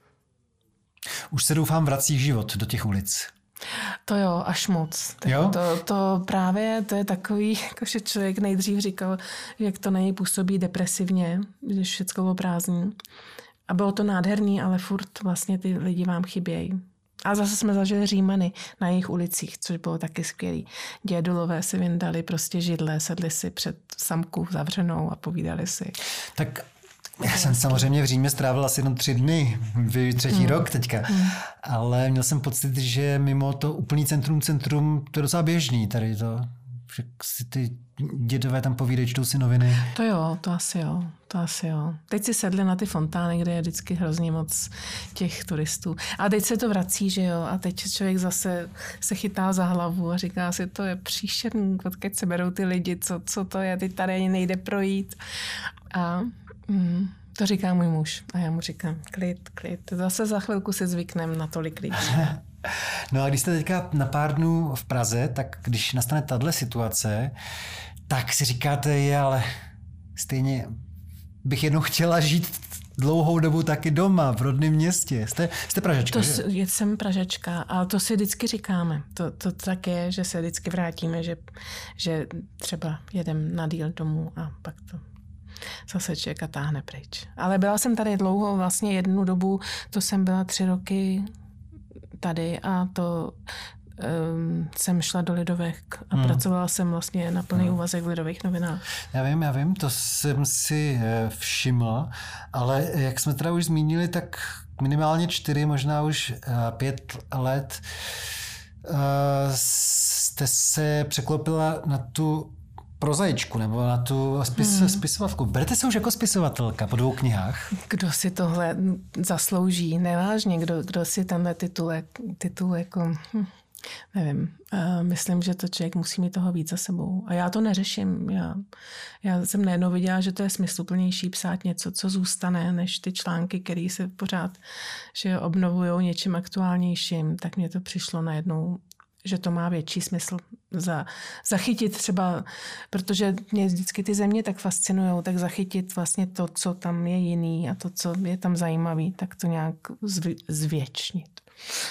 Už se doufám vrací život do těch ulic. To jo, až moc. Jo? To právě, to je takový, jako že člověk nejdřív říkal, jak to na něj působí depresivně, že všecko bylo prázdný. A bylo to nádherný, ale furt vlastně ty lidi vám chybějí. A zase jsme zažili Římany na jejich ulicích, což bylo taky skvělý. Dědulové si vyndali prostě židle, sedli si před samku zavřenou a povídali si. Tak já jsem samozřejmě v Římě strávil asi jenom 3 dny, třetí rok teďka, ale měl jsem pocit, že mimo to úplný centrum, to je docela běžný tady to, že si ty dědové tam povídají, čtou si noviny. To jo, to asi jo. Teď si sedli na ty fontány, kde je vždycky hrozně moc těch turistů. A teď se to vrací, že jo, a teď člověk zase se chytá za hlavu a říká si, to je příšerný, odkud se berou ty lidi, co to je, teď tady ani nejde projít. A to říká můj muž. A já mu říkám, klid. Zase za chvilku si zvyknem na tolik lidí. No a když jste teďka na pár dnů v Praze, tak když nastane tahle situace, tak si říkáte, ale stejně bych chtěla žít dlouhou dobu taky doma, v rodném městě. Jste Pražačka, že? Jsem Pražačka, ale to si vždycky říkáme. To tak je, že se vždycky vrátíme, že třeba jedem na díl domů a pak to zase člověka táhne pryč. Ale byla jsem tady dlouho, vlastně jednu dobu, to jsem byla 3 roky tady a to jsem šla do Lidovek a pracovala jsem vlastně na plný úvazek v Lidových novinách. Já vím, to jsem si všiml, ale jak jsme teda už zmínili, tak minimálně 4, možná už 5 let jste se překlopila na tu prozaičku nebo na tu spisovatelku. Berete se už jako spisovatelka po 2 knihách? Kdo si tohle zaslouží? Nevážně, kdo si tenhle titul jako... Nevím. Myslím, že to člověk musí mít toho víc za sebou. A já to neřeším. Já jsem najednou viděla, že to je smysluplnější psát něco, co zůstane, než ty články, které se pořád obnovují něčím aktuálnějším. Tak mně to přišlo najednou, že to má větší smysl zachytit třeba, protože mě vždycky ty země tak fascinujou, tak zachytit vlastně to, co tam je jiný a to, co je tam zajímavý, tak to nějak zvětšnit.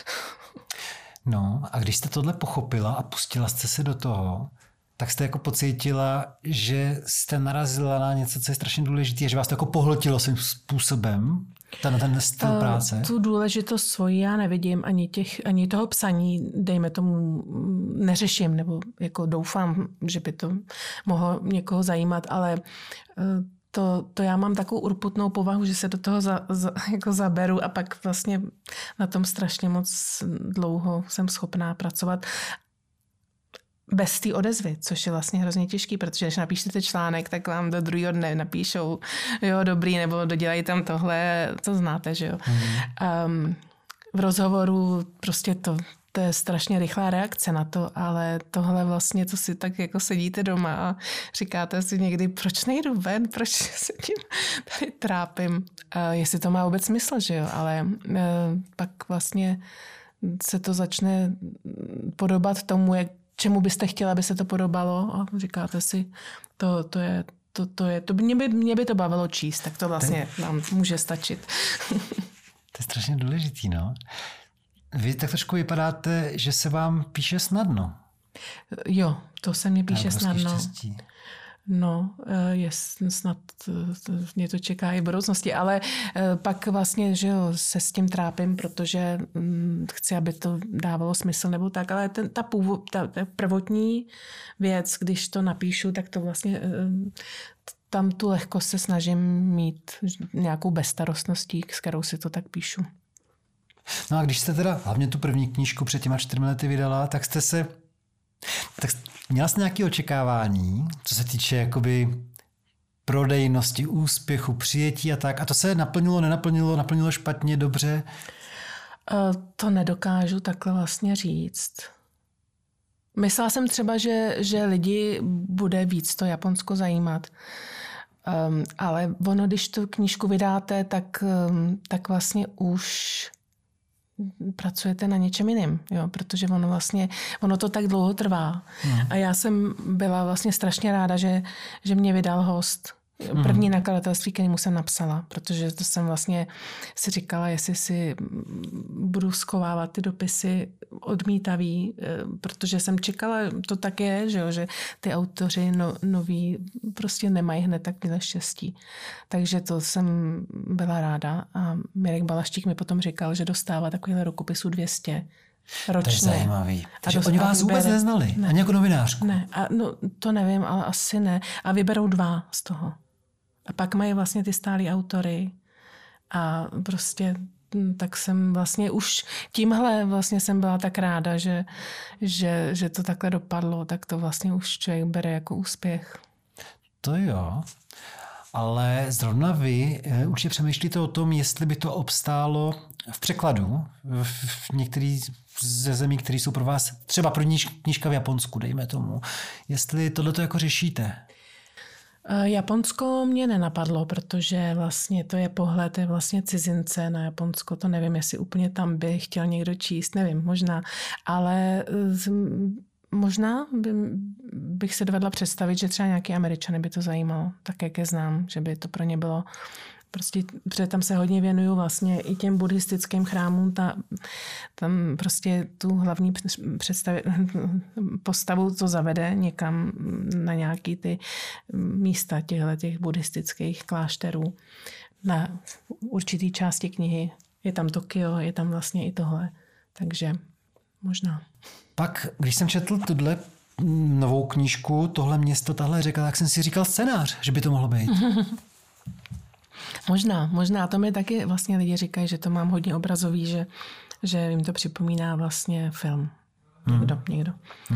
No a když jste tohle pochopila a pustila jste se do toho, tak jste jako pocítila, že jste narazila na něco, co je strašně důležité, že vás to jako pohltilo svým způsobem, ten styl práce. Tu důležitost svoji já nevidím, ani toho psaní, dejme tomu, neřeším, nebo doufám, že by to mohlo někoho zajímat, ale to já mám takovou urputnou povahu, že se do toho jako zaberu a pak vlastně na tom strašně moc dlouho jsem schopná pracovat bez té odezvy, což je vlastně hrozně těžký, protože když napíšete článek, tak vám do druhého dne napíšou, jo, dobrý, nebo dodělají tam tohle, to znáte, že jo. V rozhovoru prostě to je strašně rychlá reakce na to, ale tohle vlastně, to si tak jako sedíte doma a říkáte si někdy, proč nejdu ven, proč se tím tady trápím, jestli to má vůbec smysl, že jo, ale pak vlastně se to začne podobat tomu, čemu byste chtěla, aby se to podobalo a říkáte si, mě by to bavilo číst, tak to vlastně vám může stačit. To je strašně důležitý, no. Vy tak trošku vypadáte, že se vám píše snadno. Jo, to se mi píše snadno. Štěstí. No, snad mě to čeká i v budoucnosti, ale pak vlastně, že jo, se s tím trápím, protože chci, aby to dávalo smysl nebo tak, ale ta prvotní věc, když to napíšu, tak to vlastně tam tu lehkost se snažím mít nějakou bezstarostností, s kterou si to tak píšu. No a když jste teda hlavně tu první knížku před těma 4 lety vydala, tak měla jste nějaké očekávání, co se týče jakoby prodejnosti, úspěchu, přijetí a tak. A to se naplnilo, naplnilo špatně, dobře? To nedokážu takhle vlastně říct. Myslela jsem třeba, že lidi bude víc to Japonsko zajímat. Ale ono, když tu knížku vydáte, tak vlastně už pracujete na něčem jiném, jo, protože ono to tak dlouho trvá. A já jsem byla vlastně strašně ráda, že mě vydal host. První nakladatelství, kterému jsem napsala, protože to jsem vlastně si říkala, jestli si budu schovávat ty dopisy odmítavý, protože jsem čekala, to tak je, že ty autoři noví prostě nemají hned tak milé štěstí. Takže to jsem byla ráda a Mirek Balaštík mi potom říkal, že dostává takovýhle rukopisů 200 ročně. To je zajímavý. Takže oni vás vůbec neznali? Ne. Ani jako novinářku? Ne, to nevím, ale asi ne. A vyberou 2 z toho. A pak mají vlastně ty stálí autory a prostě tak jsem vlastně už tímhle vlastně jsem byla tak ráda, že to takhle dopadlo, tak to vlastně už člověk bere jako úspěch. To jo, ale zrovna vy určitě přemýšlíte o tom, jestli by to obstálo v překladu v některých ze zemí, které jsou pro vás, třeba pro knížka v Japonsku, dejme tomu. Jestli tohleto jako řešíte? Japonsko mě nenapadlo, protože vlastně to je pohled, je vlastně cizince na Japonsko. To nevím, jestli úplně tam by chtěl někdo číst, nevím, možná. Ale možná bych se dovedla představit, že třeba nějaký Američany by to zajímalo, tak jak je znám, že by to pro ně bylo prostě, protože tam se hodně věnuju vlastně i těm buddhistickým chrámům, tam prostě tu hlavní postavu to zavede někam na nějaký ty místa těch buddhistických klášterů. Na určitý části knihy je tam Tokio, je tam vlastně i tohle, takže možná. Pak, když jsem četl tuhle novou knížku, tohle město, tahle řeka, tak jsem si říkal scénář, že by to mohlo být. Možná. To mi taky vlastně lidi říkají, že to mám hodně obrazový, že jim to připomíná vlastně film. Někdo.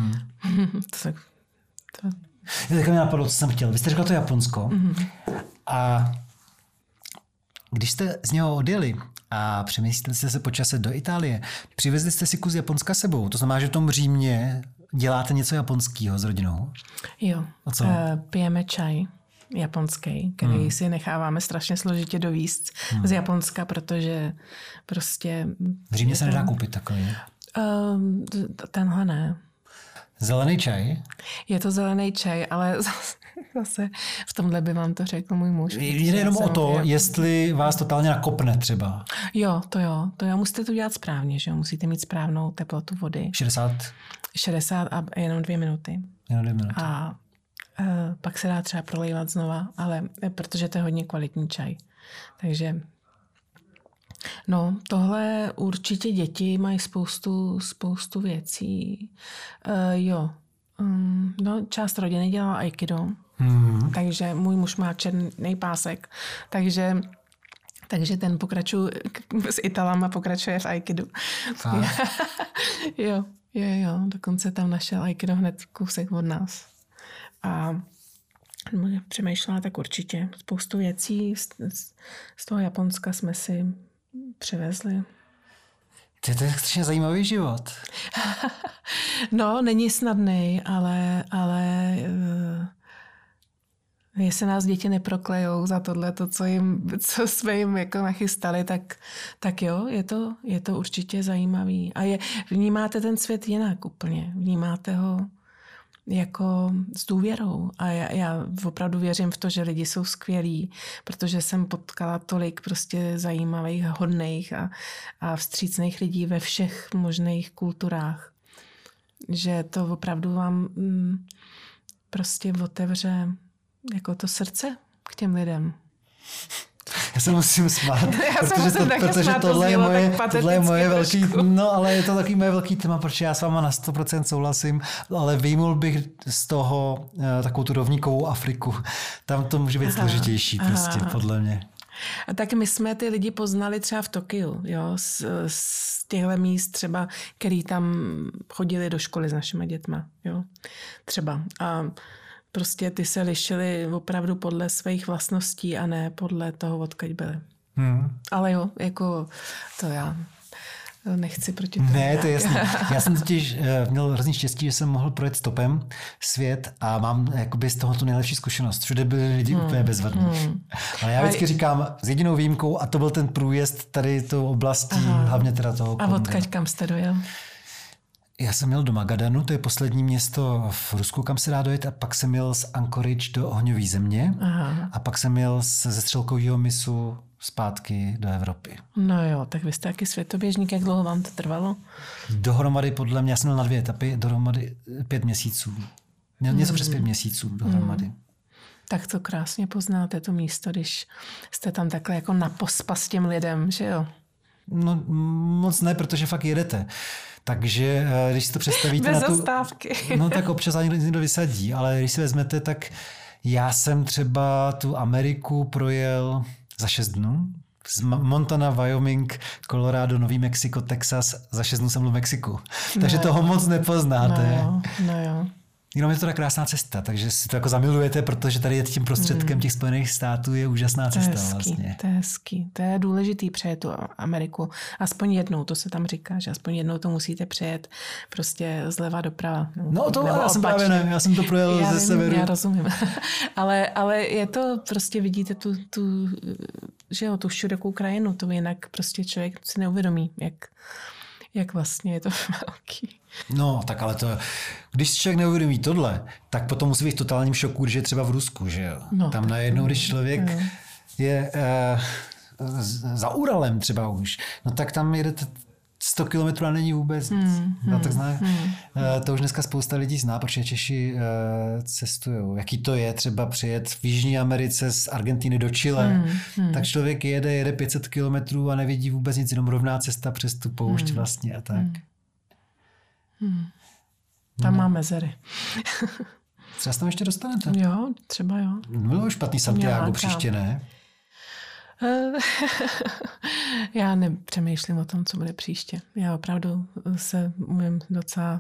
Tak mi napadlo, co jsem chtěl. Vy jste řekla to Japonsko. A když jste z něho odjeli a přemístili jste se po čase do Itálie. Přivezli jste si kus Japonska sebou, to znamená, že v tom Římě děláte něco japonského s rodinou? Jo, pijeme čaj japonský, který si necháváme strašně složitě dovízt z Japonska, protože prostě... V Římě se nedá koupit takový? Tenhle ne. Zelený čaj? Je to zelený čaj, ale zase v tomhle by vám to řekl můj muž. Jde jenom o to, jestli vás totálně nakopne třeba. Jo. Musíte to dělat správně, že jo? Musíte mít správnou teplotu vody. 60 a jenom 2 minuty. A pak se dá třeba prolejvat znova, ale protože to je hodně kvalitní čaj. Takže tohle určitě děti mají spoustu věcí. Část rodiny dělá aikido, takže můj muž má černý pásek, takže ten pokračuje s Italama, pokračuje v aikidu. Jo, dokonce tam našel aikido hned kousek od nás. A přemýšlela tak určitě. Spoustu věcí z toho Japonska jsme si přivezli. To je strašně zajímavý život. Není snadný, ale jestli nás děti neproklejou za tohle, co jsme jim jako nachystali, tak jo, je to určitě zajímavý. A vnímáte ten svět jinak úplně. Vnímáte ho jako s důvěrou. A já opravdu věřím v to, že lidi jsou skvělí, protože jsem potkala tolik prostě zajímavých, hodných a vstřícných lidí ve všech možných kulturách, že to opravdu vám prostě otevře jako to srdce k těm lidem. Já se musím smát, protože tohle je moje velký, ale je to takový moje velký téma, protože já s váma na 100% souhlasím, ale vyjmul bych z toho takovou tu rovníkovou Afriku. Tam to může být složitější prostě, podle mě. A tak my jsme ty lidi poznali třeba v Tokiu, jo, z těchto míst třeba, který tam chodili do školy s našimi dětma, jo, třeba. A prostě ty se lišily opravdu podle svých vlastností a ne podle toho, odkud byly. Ale jo, jako to já nechci proti tomu. Ne, to je jasné. Já jsem totiž měl hrozný štěstí, že jsem mohl projet stopem svět a mám jakoby z toho tu nejlepší zkušenost. Všude byli lidi úplně bezvadní. Ale já vždycky říkám s jedinou výjimkou, a to byl ten průjezd tady tou oblastí, hlavně teda toho Konga. A odkud kam jste dojel? Já jsem jel do Magadanu, to je poslední město v Rusku, kam se dá dojet, a pak jsem jel z Anchorage do ohňové země. A pak jsem jel ze Střelkového mysu zpátky do Evropy. No jo, tak vy jste taky světoběžník, jak dlouho vám to trvalo? Dohromady podle mě, já jsem měl na 2 etapy, dohromady 5 měsíců. Něco přes 5 měsíců dohromady. Tak to krásně poznáte, to místo, když jste tam takhle jako na pospas těm lidem, že jo? No moc ne, protože fakt jedete. Takže když si to představíte bez zastávky. No tak občas ani někdo vysadí, ale když si vezmete, tak já jsem třeba tu Ameriku projel za 6 dnů. Z Montana, Wyoming, Colorado, Nový Mexiko, Texas, za 6 dnů jsem byl v Mexiku. Takže toho moc nepoznáte. No jo. Jenom je to tak krásná cesta, takže si to jako zamilujete, protože tady je tím prostředkem těch Spojených států je úžasná cesta vlastně. To je hezký. To je důležitý přejet tu Ameriku. Aspoň jednou, to se tam říká, že aspoň jednou to musíte přejet prostě zleva doprava. No to já jsem právě ne, já jsem to projel ze severu. Já rozumím. ale je to prostě, vidíte tu širokou krajinu, to jinak prostě člověk si neuvědomí, jak vlastně je to velký. No, tak ale to, když si člověk neuvědomí tohle, tak potom musí být v totálním šoku, když je třeba v Rusku, že jo? No, tam najednou, když člověk je za Uralem třeba už, no tak tam jedete 100 kilometrů a není vůbec nic. To už dneska spousta lidí zná, protože Češi cestujou. Jaký to je třeba přijet v Jižní Americe z Argentiny do Chile. Tak člověk jede 500 kilometrů a nevidí vůbec nic, jenom rovná cesta přes tu poušť vlastně a tak. Tam má mezery. Třeba se tam ještě dostanete. Jo, třeba jo. Bylo špatný Santiago, příště ne? Já nepřemýšlím o tom, co bude příště. Já opravdu se umím docela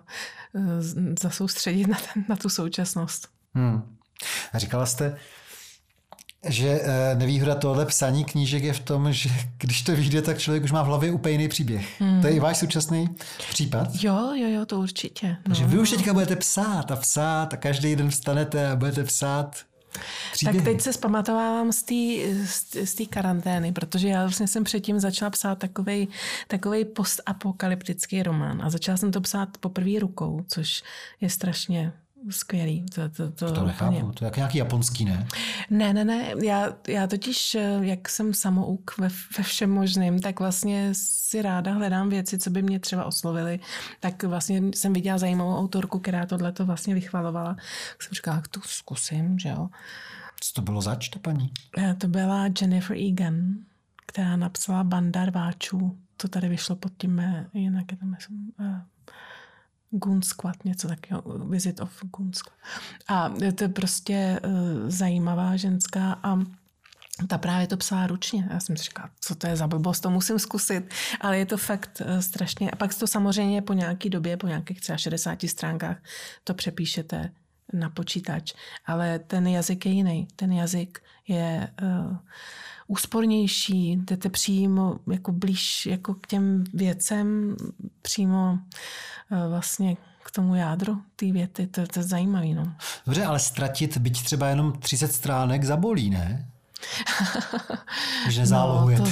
zasoustředit na tu současnost. A říkala jste, že nevýhoda tohle psaní knížek je v tom, že když to vyjde, tak člověk už má v hlavě úplně jiný příběh. To je i váš současný případ? Jo, to určitě. Takže vy už teďka budete psát a každý den vstanete a budete psát příběhy. Tak teď se zpamatovávám z té karantény, protože já vlastně jsem předtím začala psát takovej postapokalyptický román a začala jsem to psát poprvé rukou, což je strašně skvělý. To nechápu, to je nějaký japonský, ne? Ne. Já totiž, jak jsem samouk ve všem možným, tak vlastně si ráda hledám věci, co by mě třeba oslovily. Tak vlastně jsem viděla zajímavou autorku, která tohleto vlastně vychvalovala. Tak jsem říkala, jak to zkusím, že jo. Co to bylo zač, ta paní? To byla Jennifer Egan, která napsala Banda rváčů. To tady vyšlo pod tím, jinak je tam Goon Squad, něco takového, Visit of Goon Squad. A to je prostě zajímavá ženská a ta právě to psala ručně. Já jsem si říkala, co to je za blbost, to musím zkusit, ale je to fakt strašně. A pak to samozřejmě po nějaký době, po nějakých třeba 60 stránkách to přepíšete na počítač. Ale ten jazyk je jiný. Ten jazyk je úspornější, jdete přímo jako blíž jako k těm věcem, přímo vlastně k tomu jádru té věty. To je zajímavý. No. Dobře, ale ztratit byť třeba jenom 30 stránek zabolí, ne? Když nezálohujete.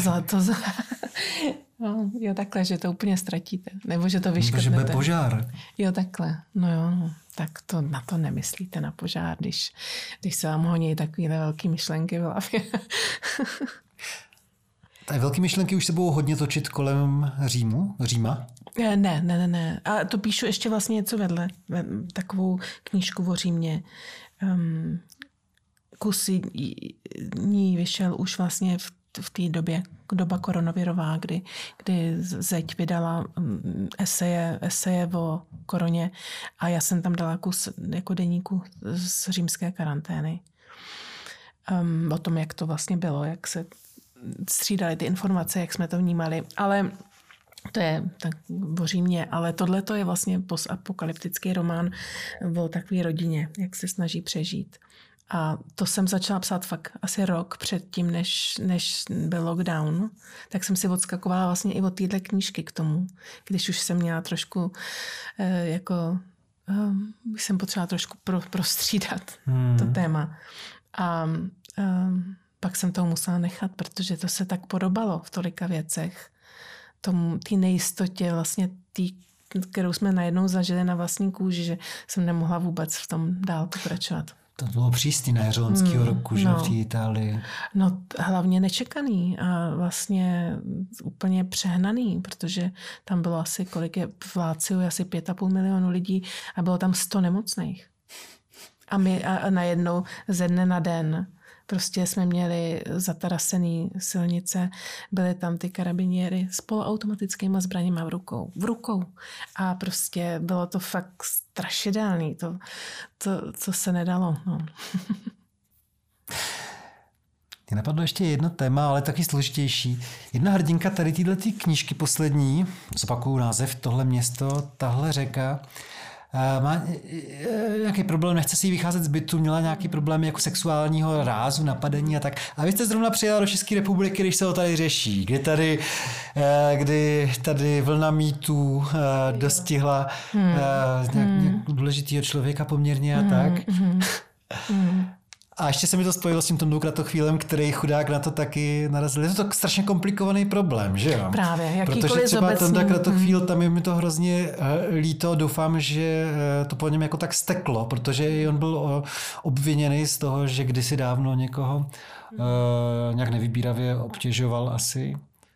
No, jo, takhle, že to úplně ztratíte. Nebo že to vyškrtnete. Protože bude požár. Jo, takhle. No jo, tak to na to nemyslíte, na požár, když se vám honí takovýhle velký myšlenky v hlavě. Ty velké myšlenky už se budou hodně točit kolem Říma? Ne. A to píšu ještě vlastně něco vedle. Takovou knížku o Římě. Kusy ní vyšel už vlastně v té době, doba koronavirová, kdy zeď vydala eseje o koroně a já jsem tam dala kus jako deníku z římské karantény. O tom, jak to vlastně bylo, jak se střídaly ty informace, jak jsme to vnímali. Ale to je tak o Římě, ale tohle to je vlastně postapokalyptický román o takové rodině, jak se snaží přežít. A to jsem začala psát fakt asi rok předtím, než byl lockdown. Tak jsem si odskakovala vlastně i od téhle knížky k tomu, když už jsem měla trošku jsem potřebovala trošku prostřídat to téma. A pak jsem toho musela nechat, protože to se tak podobalo v tolika věcech. Té nejistotě vlastně kterou jsme najednou zažili na vlastní kůži, že jsem nemohla vůbec v tom dál pokračovat. To bylo přísný na jaře loňskýho roku, že v té Itálii. No hlavně nečekaný a vlastně úplně přehnaný, protože tam bylo asi, kolik je v Láciu, asi 5,5 milionu lidí a bylo tam 100 nemocných. A my najednou ze dne na den prostě jsme měli zatarasený silnice, byly tam ty karabiniéry s poloautomatickýma zbraněma v rukou. A prostě bylo to fakt strašidelný, to se nedalo. No. Mě napadlo ještě jedno téma, ale taky složitější. Jedna hrdinka tady této knížky poslední, zopakuju název, Tohle město, tahle řeka, má nějaký problém, nechce si jí vycházet z bytu, měla nějaký problém jako sexuálního rázu, napadení a tak. A vy jste zrovna přijela do České republiky, když se to tady řeší, kdy tady vlna mýtů dostihla nějak důležitýho člověka poměrně a tak. A ještě se mi to spojilo s tím Tondou Kratochvílem, který chudák na to taky narazil. Je to tak strašně komplikovaný problém, že jo? Právě, jakýkoliv protože třeba Tonda Kratochvíl, tam je mi to hrozně líto, doufám, že to po něm jako tak steklo, protože on byl obviněný z toho, že kdysi dávno někoho nějak nevybíravě obtěžoval asi.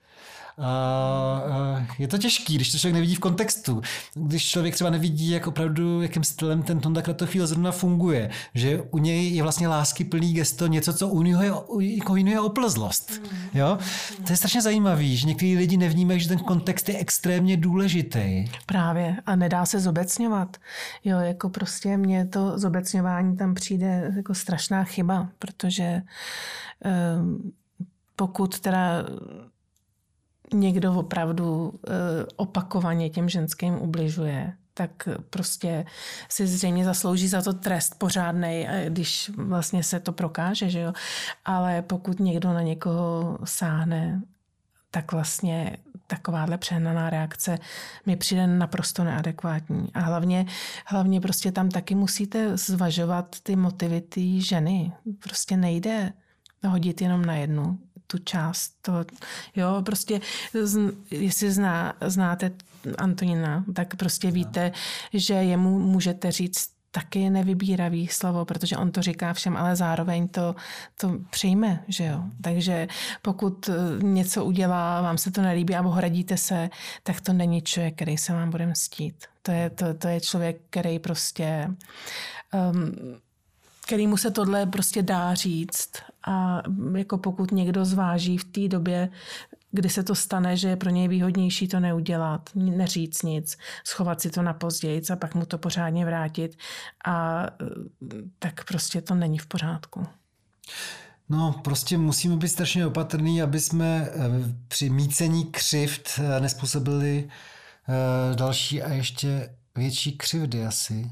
Je to těžký, když to člověk nevidí v kontextu. Když člověk třeba nevidí, jak opravdu, jakým stylem ten Tonda Kratochvíl zrovna funguje. Že u něj je vlastně láskyplný gesto něco, co u něho je oplzlost. Jo? To je strašně zajímavý, že někteří lidi nevnímají, že ten kontext je extrémně důležitý. Právě. A nedá se zobecňovat. Jo, jako prostě mně to zobecňování tam přijde jako strašná chyba, protože pokud teda někdo opravdu opakovaně těm ženským ubližuje, tak prostě si zřejmě zaslouží za to trest pořádnej, když vlastně se to prokáže, že jo. Ale pokud někdo na někoho sáhne, tak vlastně takováhle přehnaná reakce mi přijde naprosto neadekvátní. A hlavně prostě tam taky musíte zvažovat ty motivy té ženy. Prostě nejde hodit jenom na jednu tu část. Jo, prostě jestli znáte Antonína, tak prostě víte, že jemu můžete říct taky nevybíravý slovo, protože on to říká všem, ale zároveň to přijme, že jo. Takže pokud něco udělá, vám se to nelíbí a ohradíte se, tak to není člověk, který se vám bude mstít. To je člověk, který prostě kterýmu se tohle prostě dá říct. A jako pokud někdo zváží v té době, kdy se to stane, že je pro něj výhodnější to neudělat, neříct nic, schovat si to na později a pak mu to pořádně vrátit, a tak prostě to není v pořádku. No, prostě musíme být strašně opatrní, aby jsme při mícení křivd nespůsobili další a ještě větší křivdy asi.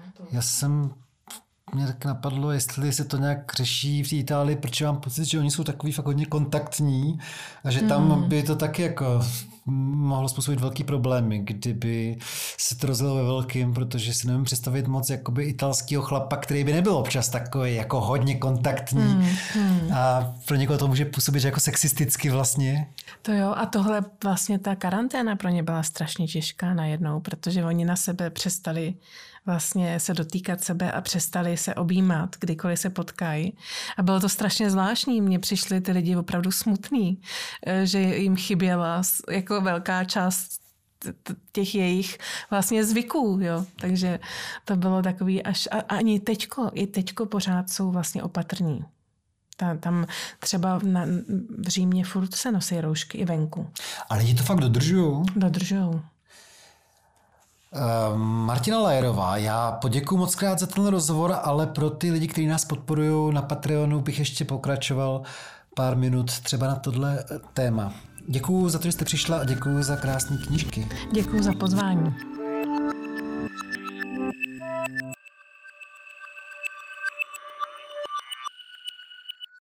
Mě tak napadlo, jestli se to nějak řeší v té Itálii, protože mám pocit, že oni jsou takový fakt hodně kontaktní a že tam by to taky jako mohlo způsobit velký problémy, kdyby se to rozjelo ve velkým, protože si nevím představit moc jakoby italského chlapa, který by nebyl občas takový jako hodně kontaktní a pro někoho to může působit jako sexisticky vlastně. To jo, a tohle vlastně ta karanténa pro ně byla strašně těžká najednou, protože oni na sebe přestali vlastně se dotýkat sebe a přestali se objímat, kdykoliv se potkají. A bylo to strašně zvláštní. Mně přišli ty lidi opravdu smutný, že jim chyběla jako velká část těch jejich vlastně zvyků. Jo. Takže to bylo takový až... A ani teďko pořád jsou vlastně opatrní. Tam třeba v Římě furt se nosí roušky i venku. Ale lidi to fakt dodržujou? Dodržujou. Martina Lajerová, já poděkuju moc krát za ten rozhovor, ale pro ty lidi, kteří nás podporují na Patreonu, bych ještě pokračoval pár minut třeba na tohle téma. Děkuju za to, že jste přišla a děkuju za krásné knížky. Děkuju za pozvání.